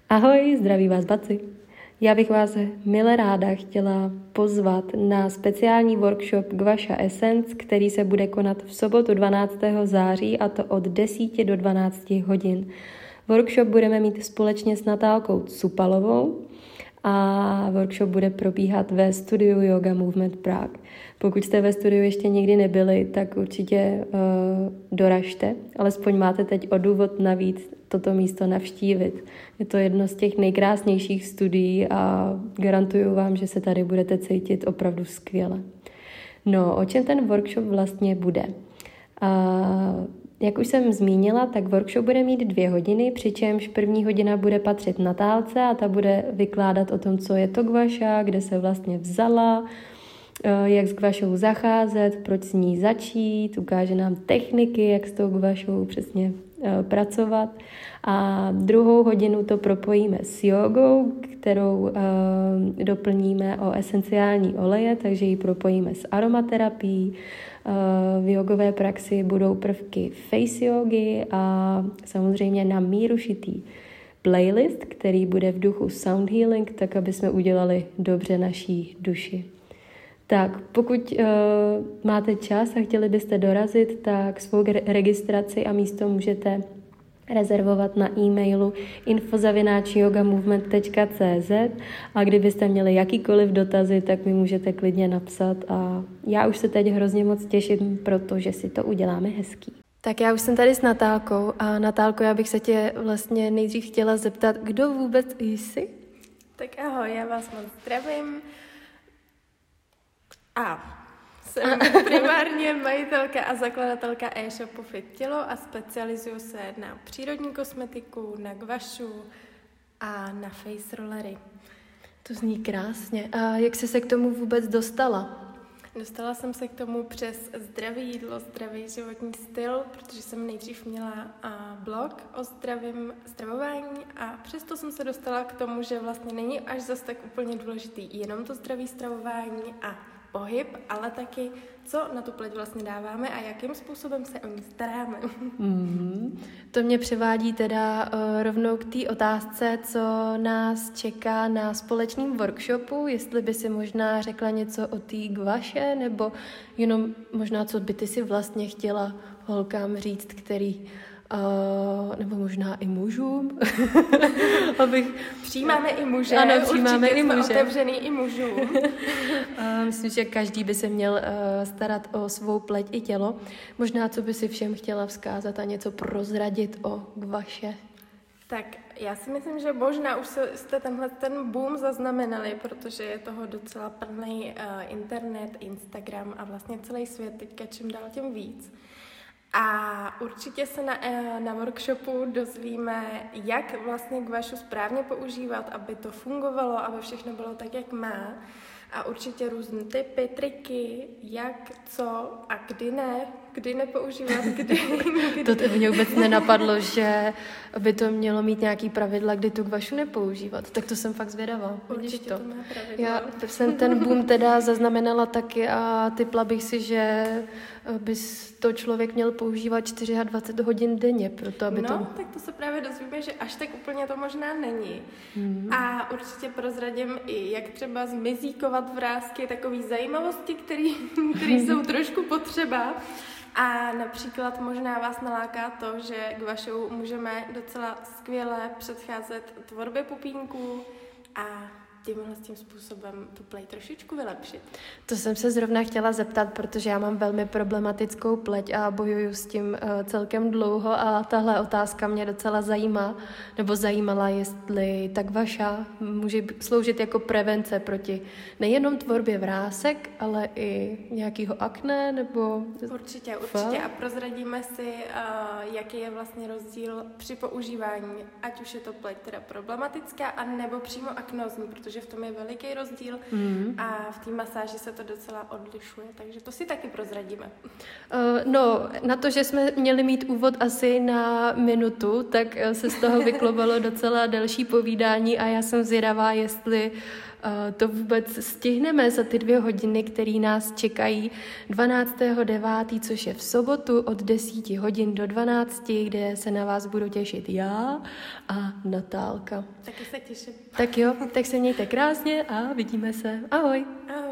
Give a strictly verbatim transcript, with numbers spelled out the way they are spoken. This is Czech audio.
Ahoj, zdraví vás Baci. Já bych vás milé ráda chtěla pozvat na speciální workshop Guasha Essence, který se bude konat v sobotu dvanáctého září, a to od deseti do dvanácti hodin. Workshop budeme mít společně s Natálkou Cupalovou a workshop bude probíhat ve studiu Yoga Movement Prague. Pokud jste ve studiu ještě nikdy nebyli, tak určitě uh, doražte, alespoň máte teď o důvod navíc toto místo navštívit. Je to jedno z těch nejkrásnějších studií a garantuju vám, že se tady budete cítit opravdu skvěle. No, o čem ten workshop vlastně bude? Uh, Jak už jsem zmínila, tak workshop bude mít dvě hodiny, přičemž první hodina bude patřit Natálce a ta bude vykládat o tom, co je to guasha, kde se vlastně vzala, jak s guašou zacházet, proč s ní začít, ukáže nám techniky, jak s tou guašou přesně pracovat. A druhou hodinu to propojíme s jogou, kterou uh, doplníme o esenciální oleje, takže ji propojíme s aromaterapií. Uh, v jogové praxi budou prvky face jogy a samozřejmě na míru šitý playlist, který bude v duchu sound healing, tak aby jsme udělali dobře naší duši. Tak pokud uh, máte čas a chtěli byste dorazit, tak svou registraci a místo můžete rezervovat na e-mailu info zavináč yoga movement tečka cé zet a kdybyste měli jakýkoliv dotazy, tak mi můžete klidně napsat a já už se teď hrozně moc těším, protože si to uděláme hezký. Tak já už jsem tady s Natálkou a Natálko, já bych se tě vlastně nejdřív chtěla zeptat, kdo vůbec jsi? Tak ahoj, já vás moc zdravím. A jsem primárně majitelka a zakladatelka e-shopu Fit Tělo a specializuju se na přírodní kosmetiku, na guašu a na face rollery. To zní krásně. A jak jsi se k tomu vůbec dostala? Dostala jsem se k tomu přes zdravé jídlo, zdravý životní styl, protože jsem nejdřív měla blog o zdravém stravování a přesto jsem se dostala k tomu, že vlastně není až zas tak úplně důležitý jenom to zdravé stravování a pohyb, ale taky, co na tu pleť vlastně dáváme a jakým způsobem se o ní staráme. Mm, to mě přivádí teda uh, rovnou k té otázce, co nás čeká na společném workshopu, jestli by si možná řekla něco o té guaše, nebo jenom možná, co by ty si vlastně chtěla holkám říct, který Uh, nebo možná i mužům. Abych... Přijímáme i muže. Ano, přijímáme i muže. Jsme otevřený i mužům. uh, myslím, že každý by se měl uh, starat o svou pleť i tělo. Možná, co by si všem chtěla vzkázat a něco prozradit o guaše. Tak já si myslím, že možná už jste tenhle ten boom zaznamenali, protože je toho docela plný uh, internet, Instagram a vlastně celý svět teďka čím dál tím víc. A určitě se na, na workshopu dozvíme, jak vlastně guašu správně používat, aby to fungovalo, aby všechno bylo tak, jak má. A určitě různé tipy, triky, jak, co a kdy ne, kdy nepoužívat, kdy... kdy. To mě vůbec nenapadlo, že by to mělo mít nějaký pravidla, kdy tu guašu nepoužívat. Tak to jsem fakt zvědavá. Určitě to? to má pravidla. Já jsem ten boom teda zaznamenala taky a tipla bych si, že bys to člověk měl používat dvacet čtyři hodin denně, proto aby no, to... No, tak to se právě dozvíme, že až tak úplně to možná není. Hmm. A určitě prozradím i, jak třeba zmizíkovat vrásky, takové zajímavosti, které jsou trošku potřeba. A například možná vás naláká to, že guašou můžeme docela skvěle předcházet tvorbě pupínků a tímhle tím způsobem tu pleť trošičku vylepšit. To jsem se zrovna chtěla zeptat, protože já mám velmi problematickou pleť a bojuju s tím uh, celkem dlouho a tahle otázka mě docela zajímá, nebo zajímala, jestli ta guaša může sloužit jako prevence proti nejenom tvorbě vrásek, ale i nějakého akné, nebo... Určitě, určitě. A prozradíme si, uh, jaký je vlastně rozdíl při používání, ať už je to pleť teda problematická, anebo přímo aknózní, protože že v tom je veliký rozdíl mm. a v té masáži se to docela odlišuje, takže to si taky prozradíme. Uh, no, na to, že jsme měli mít úvod asi na minutu, tak se z toho vyklobalo docela delší povídání a já jsem zvědavá, jestli to vůbec stihneme za ty dvě hodiny, které nás čekají dvanáctého devátého což je v sobotu od deseti hodin do dvanácti, kde se na vás budu těšit já a Natálka. Taky se těším. Tak jo, tak se mějte krásně a vidíme se. Ahoj. Ahoj.